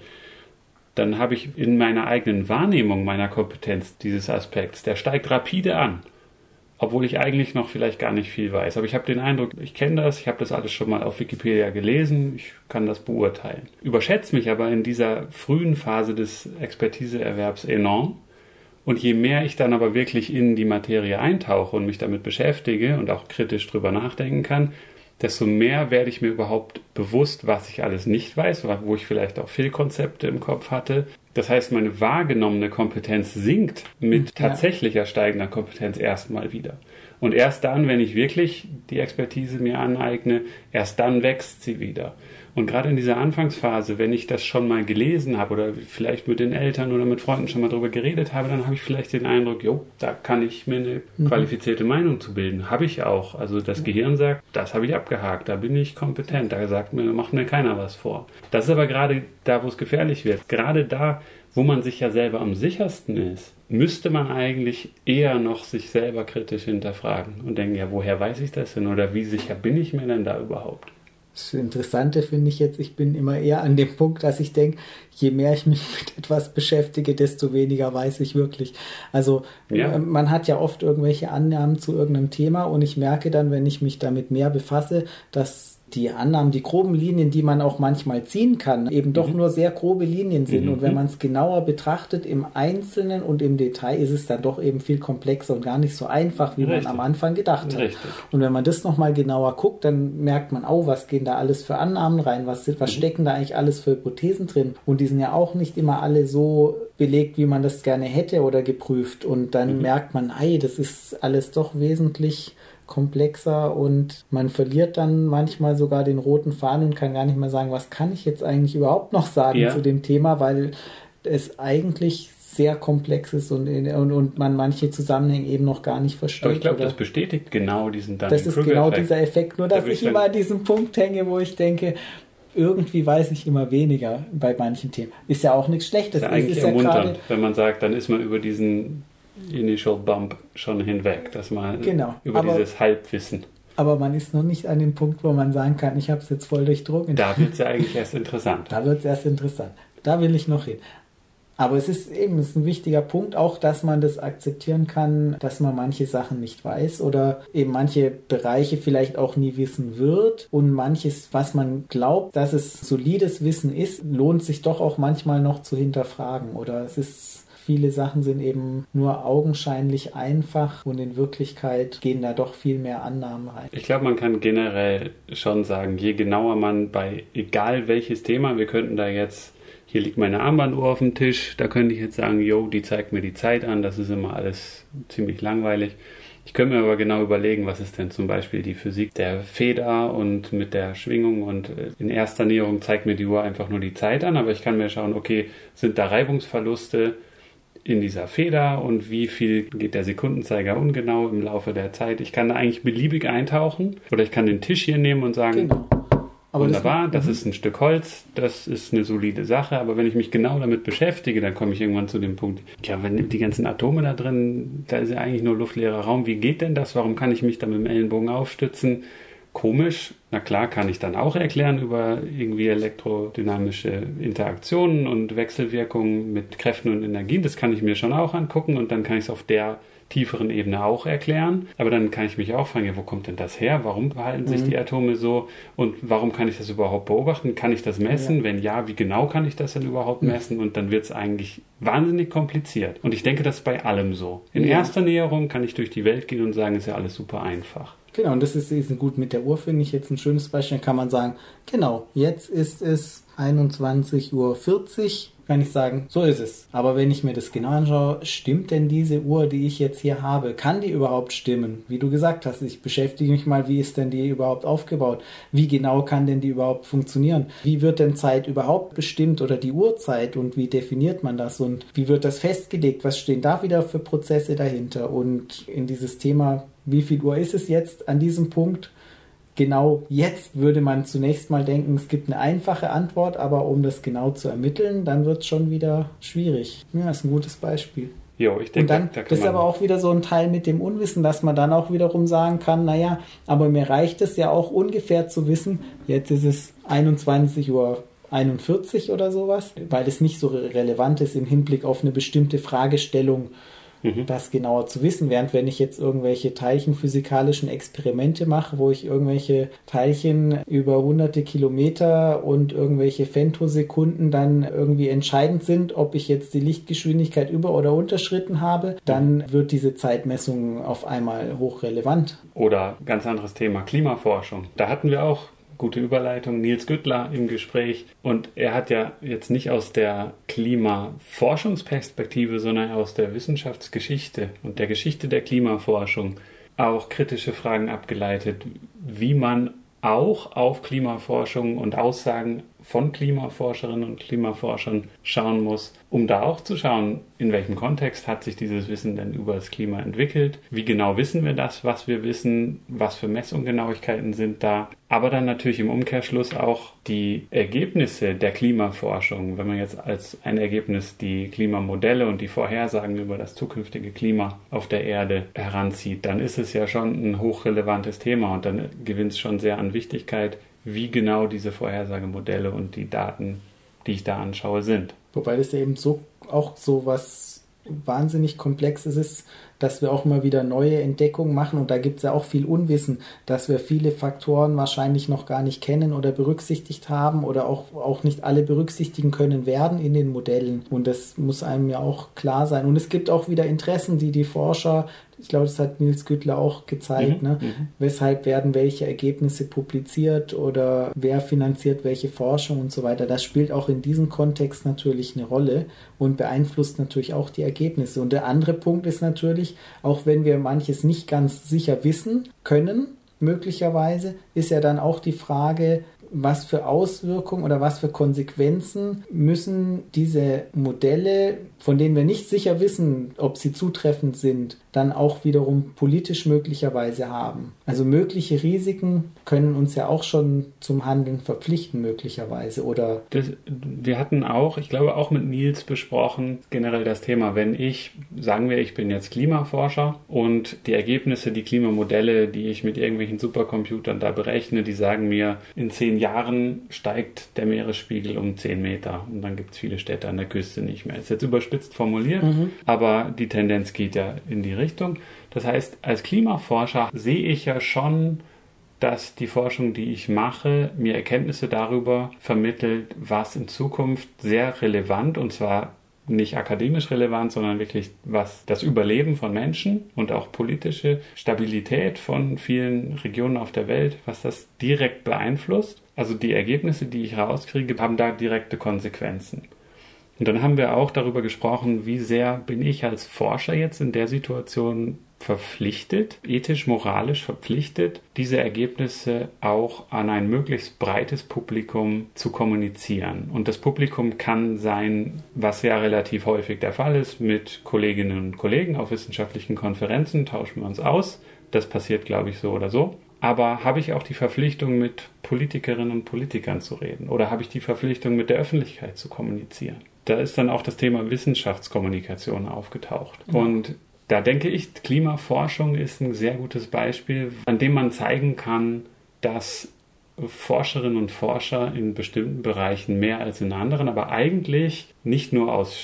dann habe ich in meiner eigenen Wahrnehmung meiner Kompetenz dieses Aspekts, der steigt rapide an. Obwohl ich eigentlich noch vielleicht gar nicht viel weiß. Aber ich habe den Eindruck, ich kenne das, ich habe das alles schon mal auf Wikipedia gelesen, ich kann das beurteilen. Überschätze mich aber in dieser frühen Phase des Expertiseerwerbs enorm. Und je mehr ich dann aber wirklich in die Materie eintauche und mich damit beschäftige und auch kritisch drüber nachdenken kann, desto mehr werde ich mir überhaupt bewusst, was ich alles nicht weiß, wo ich vielleicht auch Fehlkonzepte im Kopf hatte. Das heißt, meine wahrgenommene Kompetenz sinkt mit tatsächlicher steigender Kompetenz erstmal wieder. Und erst dann, wenn ich wirklich die Expertise mir aneigne, erst dann wächst sie wieder. Und gerade in dieser Anfangsphase, wenn ich das schon mal gelesen habe oder vielleicht mit den Eltern oder mit Freunden schon mal drüber geredet habe, dann habe ich vielleicht den Eindruck, da kann ich mir eine qualifizierte Meinung zu bilden. Habe ich auch. Also das Gehirn sagt, das habe ich abgehakt, da bin ich kompetent, macht mir keiner was vor. Das ist aber gerade da, wo es gefährlich wird. Gerade da, wo man sich ja selber am sichersten ist, müsste man eigentlich eher noch sich selber kritisch hinterfragen und denken, ja, woher weiß ich das denn oder wie sicher bin ich mir denn da überhaupt? Das Interessante finde ich jetzt, ich bin immer eher an dem Punkt, dass ich denke, je mehr ich mich mit etwas beschäftige, desto weniger weiß ich wirklich. Also man hat ja oft irgendwelche Annahmen zu irgendeinem Thema und ich merke dann, wenn ich mich damit mehr befasse, dass die Annahmen, die groben Linien, die man auch manchmal ziehen kann, eben doch nur sehr grobe Linien sind. Und wenn man es genauer betrachtet im Einzelnen und im Detail, ist es dann doch eben viel komplexer und gar nicht so einfach, wie man am Anfang gedacht hat. Richtig. Und wenn man das nochmal genauer guckt, dann merkt man, was gehen da alles für Annahmen rein, was stecken da eigentlich alles für Hypothesen drin. Und die sind ja auch nicht immer alle so belegt, wie man das gerne hätte oder geprüft. Und dann merkt man, das ist alles doch wesentlich komplexer und man verliert dann manchmal sogar den roten Faden und kann gar nicht mehr sagen, was kann ich jetzt eigentlich überhaupt noch sagen zu dem Thema, weil es eigentlich sehr komplex ist und man manche Zusammenhänge eben noch gar nicht versteht. Aber ich glaube, das bestätigt genau diesen Dunning-Kruger-Effekt. Das ist genau dieser Effekt, nur dass ich immer an diesem Punkt hänge, wo ich denke, irgendwie weiß ich immer weniger bei manchen Themen. Ist ja auch nichts Schlechtes. Das ist eigentlich ermunternd, wenn man sagt, dann ist man über diesen Initial Bump schon hinweg, dass man über dieses Halbwissen. aber man ist noch nicht an dem Punkt, wo man sagen kann, ich habe es jetzt voll durchdrungen. Da wird es ja eigentlich erst interessant. Da wird es erst interessant. Da will ich noch hin. Aber es ist ein wichtiger Punkt auch, dass man das akzeptieren kann, dass man manche Sachen nicht weiß oder eben manche Bereiche vielleicht auch nie wissen wird und manches, was man glaubt, dass es solides Wissen ist, lohnt sich doch auch manchmal noch zu hinterfragen oder viele Sachen sind eben nur augenscheinlich einfach und in Wirklichkeit gehen da doch viel mehr Annahmen rein. Ich glaube, man kann generell schon sagen, je genauer man bei egal welches Thema, wir könnten da jetzt, hier liegt meine Armbanduhr auf dem Tisch, da könnte ich jetzt sagen, die zeigt mir die Zeit an, das ist immer alles ziemlich langweilig. Ich könnte mir aber genau überlegen, was ist denn zum Beispiel die Physik der Feder und mit der Schwingung und in erster Näherung zeigt mir die Uhr einfach nur die Zeit an, aber ich kann mir schauen, okay, sind da Reibungsverluste in dieser Feder und wie viel geht der Sekundenzeiger ungenau im Laufe der Zeit. Ich kann da eigentlich beliebig eintauchen oder ich kann den Tisch hier nehmen und sagen, genau. Aber wunderbar, das ist ein Stück Holz, das ist eine solide Sache, aber wenn ich mich genau damit beschäftige, dann komme ich irgendwann zu dem Punkt, wenn die ganzen Atome da drin, da ist ja eigentlich nur luftleerer Raum, wie geht denn das? Warum kann ich mich da mit dem Ellenbogen aufstützen? Komisch, na klar, kann ich dann auch erklären über irgendwie elektrodynamische Interaktionen und Wechselwirkungen mit Kräften und Energien. Das kann ich mir schon auch angucken und dann kann ich es auf der tieferen Ebene auch erklären. Aber dann kann ich mich auch fragen, wo kommt denn das her? Warum verhalten sich die Atome so? Und warum kann ich das überhaupt beobachten? Kann ich das messen? Ja. Wenn ja, wie genau kann ich das denn überhaupt messen? Und dann wird es eigentlich wahnsinnig kompliziert. Und ich denke, das ist bei allem so. In erster Näherung kann ich durch die Welt gehen und sagen, ist ja alles super einfach. Genau, und das ist gut mit der Uhr, finde ich jetzt ein schönes Beispiel. Dann kann man sagen, genau, jetzt ist es 21:40 Uhr, kann ich sagen, so ist es. Aber wenn ich mir das genau anschaue, stimmt denn diese Uhr, die ich jetzt hier habe, kann die überhaupt stimmen? Wie du gesagt hast, ich beschäftige mich mal, wie ist denn die überhaupt aufgebaut? Wie genau kann denn die überhaupt funktionieren? Wie wird denn Zeit überhaupt bestimmt oder die Uhrzeit und wie definiert man das und wie wird das festgelegt? Was stehen da wieder für Prozesse dahinter? Und in dieses Thema, wie viel Uhr ist es jetzt an diesem Punkt? Genau jetzt würde man zunächst mal denken, es gibt eine einfache Antwort, aber um das genau zu ermitteln, dann wird es schon wieder schwierig. Ja, ist ein gutes Beispiel. Jo, ich denke, und dann, das ist aber auch wieder so ein Teil mit dem Unwissen, dass man dann auch wiederum sagen kann, naja, aber mir reicht es ja auch ungefähr zu wissen, jetzt ist es 21:41 Uhr oder sowas, weil es nicht so relevant ist im Hinblick auf eine bestimmte Fragestellung, das genauer zu wissen, während wenn ich jetzt irgendwelche teilchenphysikalischen Experimente mache, wo ich irgendwelche Teilchen über hunderte Kilometer und irgendwelche Femtosekunden dann irgendwie entscheidend sind, ob ich jetzt die Lichtgeschwindigkeit über- oder unterschritten habe, dann wird diese Zeitmessung auf einmal hochrelevant. Oder ganz anderes Thema, Klimaforschung. Da hatten wir auch gute Überleitung, Nils Güttler im Gespräch. Und er hat ja jetzt nicht aus der Klimaforschungsperspektive, sondern aus der Wissenschaftsgeschichte und der Geschichte der Klimaforschung auch kritische Fragen abgeleitet, wie man auch auf Klimaforschung und Aussagen von Klimaforscherinnen und Klimaforschern schauen muss, um da auch zu schauen, in welchem Kontext hat sich dieses Wissen denn über das Klima entwickelt, wie genau wissen wir das, was wir wissen, was für Messungenauigkeiten sind da, aber dann natürlich im Umkehrschluss auch die Ergebnisse der Klimaforschung, wenn man jetzt als ein Ergebnis die Klimamodelle und die Vorhersagen über das zukünftige Klima auf der Erde heranzieht, dann ist es ja schon ein hochrelevantes Thema und dann gewinnt es schon sehr an Wichtigkeit, wie genau diese Vorhersagemodelle und die Daten, die ich da anschaue, sind. Wobei das ja eben auch so was wahnsinnig Komplexes ist, dass wir auch immer wieder neue Entdeckungen machen und da gibt es ja auch viel Unwissen, dass wir viele Faktoren wahrscheinlich noch gar nicht kennen oder berücksichtigt haben oder auch nicht alle berücksichtigen können werden in den Modellen und das muss einem ja auch klar sein und es gibt auch wieder Interessen, die Forscher, ich glaube, das hat Nils Güttler auch gezeigt, weshalb werden welche Ergebnisse publiziert oder wer finanziert welche Forschung und so weiter. Das spielt auch in diesem Kontext natürlich eine Rolle und beeinflusst natürlich auch die Ergebnisse. Und der andere Punkt ist natürlich, auch wenn wir manches nicht ganz sicher wissen können, möglicherweise, ist ja dann auch die Frage, was für Auswirkungen oder was für Konsequenzen müssen diese Modelle, von denen wir nicht sicher wissen, ob sie zutreffend sind, dann auch wiederum politisch möglicherweise haben. Also mögliche Risiken können uns ja auch schon zum Handeln verpflichten möglicherweise, oder? Wir hatten auch, ich glaube auch mit Nils besprochen, generell das Thema, sagen wir, ich bin jetzt Klimaforscher und die Ergebnisse, die Klimamodelle, die ich mit irgendwelchen Supercomputern da berechne, die sagen mir, in 10 Jahren steigt der Meeresspiegel um 10 Meter und dann gibt es viele Städte an der Küste nicht mehr. Ist jetzt überspitzt formuliert, aber die Tendenz geht ja in die Richtung. Das heißt, als Klimaforscher sehe ich ja schon, dass die Forschung, die ich mache, mir Erkenntnisse darüber vermittelt, was in Zukunft sehr relevant, und zwar nicht akademisch relevant, sondern wirklich was das Überleben von Menschen und auch politische Stabilität von vielen Regionen auf der Welt, was das direkt beeinflusst. Also die Ergebnisse, die ich rauskriege, haben da direkte Konsequenzen. Und dann haben wir auch darüber gesprochen, wie sehr bin ich als Forscher jetzt in der Situation verpflichtet, ethisch, moralisch verpflichtet, diese Ergebnisse auch an ein möglichst breites Publikum zu kommunizieren. Und das Publikum kann sein, was ja relativ häufig der Fall ist, mit Kolleginnen und Kollegen auf wissenschaftlichen Konferenzen tauschen wir uns aus. Das passiert, glaube ich, so oder so. Aber habe ich auch die Verpflichtung, mit Politikerinnen und Politikern zu reden? Oder habe ich die Verpflichtung, mit der Öffentlichkeit zu kommunizieren? Da ist dann auch das Thema Wissenschaftskommunikation aufgetaucht. Ja. Und da denke ich, Klimaforschung ist ein sehr gutes Beispiel, an dem man zeigen kann, dass Forscherinnen und Forscher in bestimmten Bereichen mehr als in anderen, aber eigentlich nicht nur aus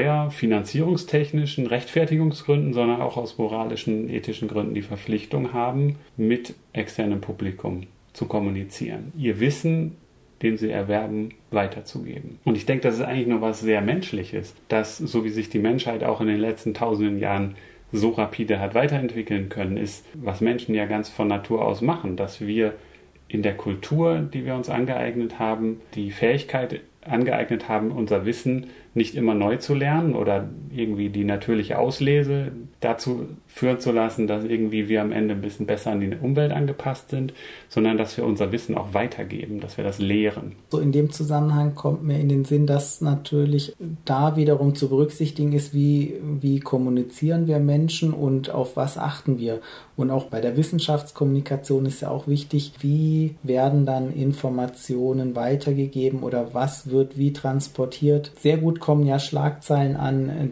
finanzierungstechnischen Rechtfertigungsgründen, sondern auch aus moralischen, ethischen Gründen die Verpflichtung haben, mit externem Publikum zu kommunizieren. Ihr Wissen, den sie erwerben, weiterzugeben. Und ich denke, das ist eigentlich nur was sehr Menschliches, dass, so wie sich die Menschheit auch in den letzten tausenden Jahren so rapide hat weiterentwickeln können, ist, was Menschen ja ganz von Natur aus machen, dass wir in der Kultur, die wir uns angeeignet haben, die Fähigkeit angeeignet haben, unser Wissen nicht immer neu zu lernen oder irgendwie die natürliche Auslese dazu führen zu lassen, dass irgendwie wir am Ende ein bisschen besser an die Umwelt angepasst sind, sondern dass wir unser Wissen auch weitergeben, dass wir das lehren. So in dem Zusammenhang kommt mir in den Sinn, dass natürlich da wiederum zu berücksichtigen ist, wie kommunizieren wir Menschen und auf was achten wir. Und auch bei der Wissenschaftskommunikation ist ja auch wichtig, wie werden dann Informationen weitergegeben oder was wird wie transportiert. Sehr gut kommen ja Schlagzeilen an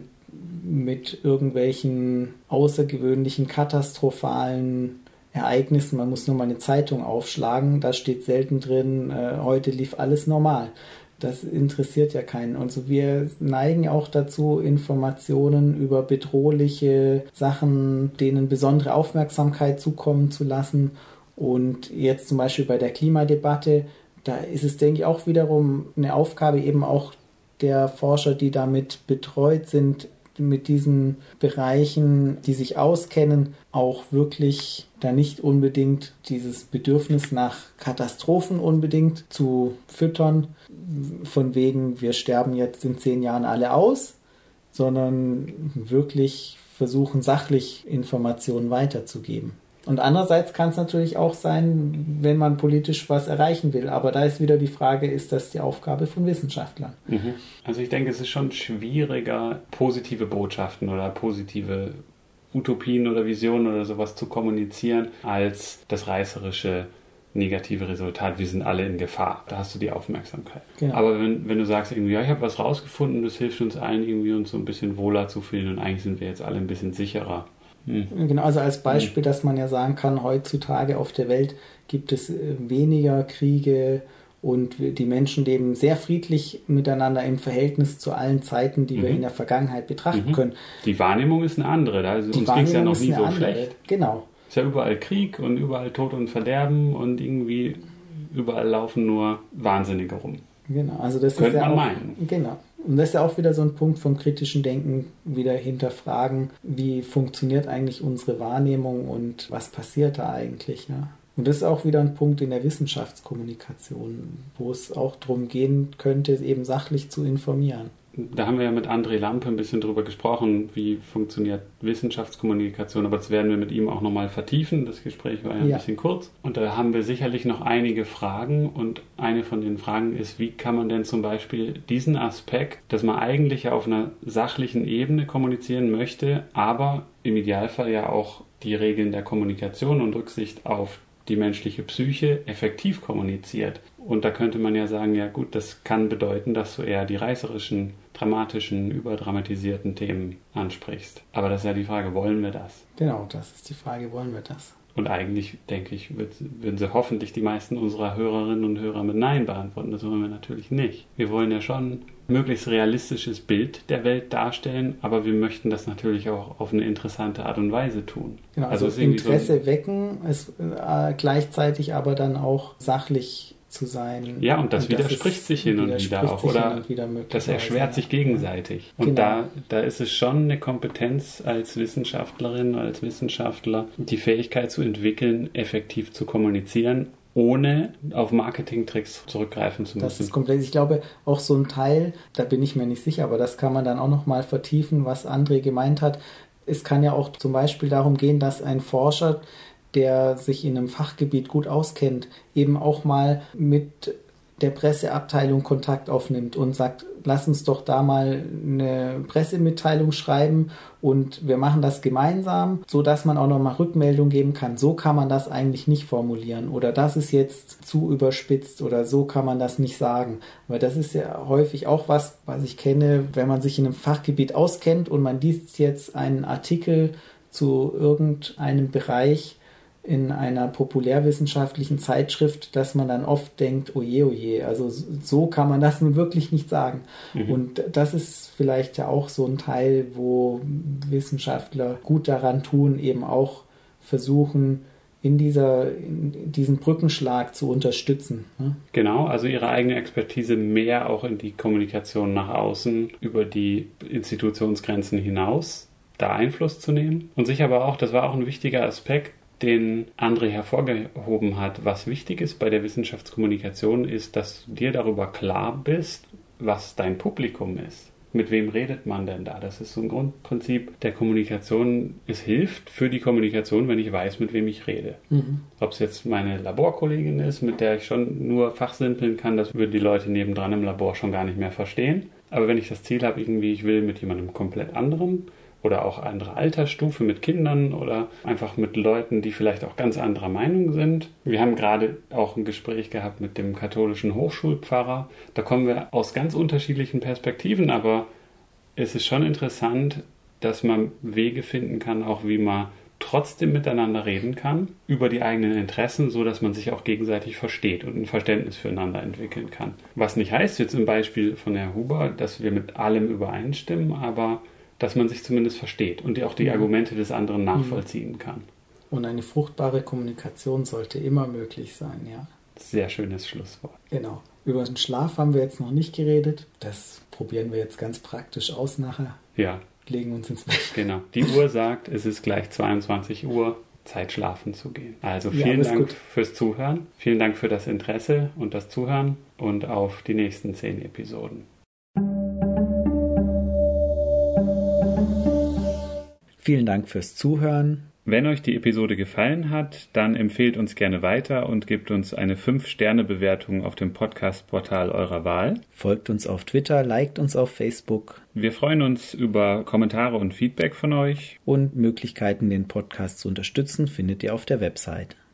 mit irgendwelchen außergewöhnlichen, katastrophalen Ereignissen. Man muss nur mal eine Zeitung aufschlagen, da steht selten drin, heute lief alles normal. Das interessiert ja keinen. Also wir neigen ja auch dazu, Informationen über bedrohliche Sachen, denen besondere Aufmerksamkeit zukommen zu lassen. Und jetzt zum Beispiel bei der Klimadebatte, da ist es, denke ich, auch wiederum eine Aufgabe eben auch der Forscher, die damit betreut sind, mit diesen Bereichen, die sich auskennen, auch wirklich da nicht unbedingt dieses Bedürfnis nach Katastrophen unbedingt zu füttern, von wegen, wir sterben jetzt in 10 Jahren alle aus, sondern wirklich versuchen, sachlich Informationen weiterzugeben. Und andererseits kann es natürlich auch sein, wenn man politisch was erreichen will. Aber da ist wieder die Frage, ist das die Aufgabe von Wissenschaftlern? Also ich denke, es ist schon schwieriger, positive Botschaften oder positive Utopien oder Visionen oder sowas zu kommunizieren, als das reißerische negative Resultat, wir sind alle in Gefahr. Da hast du die Aufmerksamkeit. Genau. Aber wenn du sagst, irgendwie, ja, ich habe was rausgefunden, das hilft uns allen irgendwie, uns so ein bisschen wohler zu fühlen und eigentlich sind wir jetzt alle ein bisschen sicherer. Genau, also als Beispiel, dass man ja sagen kann, heutzutage auf der Welt gibt es weniger Kriege und die Menschen leben sehr friedlich miteinander im Verhältnis zu allen Zeiten, die wir in der Vergangenheit betrachten können. Die Wahrnehmung ist eine andere, uns ging es ja noch nie so schlecht. Genau. Es ist ja überall Krieg und überall Tod und Verderben und irgendwie überall laufen nur Wahnsinnige rum. Genau, also das könnte ist ja man auch, meinen. Genau. Und das ist ja auch wieder so ein Punkt vom kritischen Denken, wieder hinterfragen, wie funktioniert eigentlich unsere Wahrnehmung und was passiert da eigentlich. Ja? Und das ist auch wieder ein Punkt in der Wissenschaftskommunikation, wo es auch darum gehen könnte, eben sachlich zu informieren. Da haben wir ja mit André Lampe ein bisschen drüber gesprochen, wie funktioniert Wissenschaftskommunikation, aber das werden wir mit ihm auch nochmal vertiefen. Das Gespräch war ja ein bisschen kurz. Und da haben wir sicherlich noch einige Fragen und eine von den Fragen ist, wie kann man denn zum Beispiel diesen Aspekt, dass man eigentlich auf einer sachlichen Ebene kommunizieren möchte, aber im Idealfall ja auch die Regeln der Kommunikation und Rücksicht auf die menschliche Psyche effektiv kommuniziert. Und da könnte man ja sagen, ja gut, das kann bedeuten, dass du eher die reißerischen, dramatischen, überdramatisierten Themen ansprichst. Aber das ist ja die Frage, wollen wir das? Genau, das ist die Frage, wollen wir das? Und eigentlich, denke ich, würden sie hoffentlich die meisten unserer Hörerinnen und Hörer mit Nein beantworten. Das wollen wir natürlich nicht. Wir wollen ja schon ein möglichst realistisches Bild der Welt darstellen, aber wir möchten das natürlich auch auf eine interessante Art und Weise tun. Genau, also Interesse wecken, es gleichzeitig aber dann auch sachlich zu sein. Ja, und das widerspricht sich hin und wieder auch, oder das erschwert sich gegenseitig. Und genau. da ist es schon eine Kompetenz als Wissenschaftlerin, als Wissenschaftler, die Fähigkeit zu entwickeln, effektiv zu kommunizieren, ohne auf Marketingtricks zurückgreifen zu müssen. Das ist komplex. Ich glaube, auch so ein Teil, da bin ich mir nicht sicher, aber das kann man dann auch nochmal vertiefen, was André gemeint hat. Es kann ja auch zum Beispiel darum gehen, dass ein Forscher, der sich in einem Fachgebiet gut auskennt, eben auch mal mit der Presseabteilung Kontakt aufnimmt und sagt, lass uns doch da mal eine Pressemitteilung schreiben und wir machen das gemeinsam, so dass man auch nochmal Rückmeldung geben kann. So kann man das eigentlich nicht formulieren oder das ist jetzt zu überspitzt oder so kann man das nicht sagen. Weil das ist ja häufig auch was ich kenne, wenn man sich in einem Fachgebiet auskennt und man liest jetzt einen Artikel zu irgendeinem Bereich in einer populärwissenschaftlichen Zeitschrift, dass man dann oft denkt, oje, also so kann man das nun wirklich nicht sagen. Mhm. Und das ist vielleicht ja auch so ein Teil, wo Wissenschaftler gut daran tun, eben auch versuchen, in diesen Brückenschlag zu unterstützen. Ne? Genau, also ihre eigene Expertise mehr auch in die Kommunikation nach außen über die Institutionsgrenzen hinaus da Einfluss zu nehmen. Und sich aber auch, das war auch ein wichtiger Aspekt, den André hervorgehoben hat, was wichtig ist bei der Wissenschaftskommunikation, ist, dass du dir darüber klar bist, was dein Publikum ist. Mit wem redet man denn da? Das ist so ein Grundprinzip der Kommunikation. Es hilft für die Kommunikation, wenn ich weiß, mit wem ich rede. Mhm. Ob es jetzt meine Laborkollegin ist, mit der ich schon nur fachsimpeln kann, das würden die Leute nebendran im Labor schon gar nicht mehr verstehen. Aber wenn ich das Ziel habe, irgendwie, ich will mit jemandem komplett anderen oder auch andere Altersstufe mit Kindern oder einfach mit Leuten, die vielleicht auch ganz anderer Meinung sind. Wir haben gerade auch ein Gespräch gehabt mit dem katholischen Hochschulpfarrer. Da kommen wir aus ganz unterschiedlichen Perspektiven, aber es ist schon interessant, dass man Wege finden kann, auch wie man trotzdem miteinander reden kann über die eigenen Interessen, so dass man sich auch gegenseitig versteht und ein Verständnis füreinander entwickeln kann. Was nicht heißt jetzt im Beispiel von Herrn Huber, dass wir mit allem übereinstimmen, aber dass man sich zumindest versteht und auch die Argumente des anderen nachvollziehen kann. Und eine fruchtbare Kommunikation sollte immer möglich sein, ja. Sehr schönes Schlusswort. Genau. Über den Schlaf haben wir jetzt noch nicht geredet. Das probieren wir jetzt ganz praktisch aus nachher. Ja. Legen uns ins Bett. Genau. Die Uhr sagt, es ist gleich 22 Uhr, Zeit schlafen zu gehen. Also vielen Dank fürs Zuhören. Vielen Dank für das Interesse und das Zuhören und auf die nächsten 10 Episoden. Vielen Dank fürs Zuhören. Wenn euch die Episode gefallen hat, dann empfehlt uns gerne weiter und gebt uns eine 5-Sterne-Bewertung auf dem Podcast-Portal eurer Wahl. Folgt uns auf Twitter, liked uns auf Facebook. Wir freuen uns über Kommentare und Feedback von euch. Und Möglichkeiten, den Podcast zu unterstützen, findet ihr auf der Website.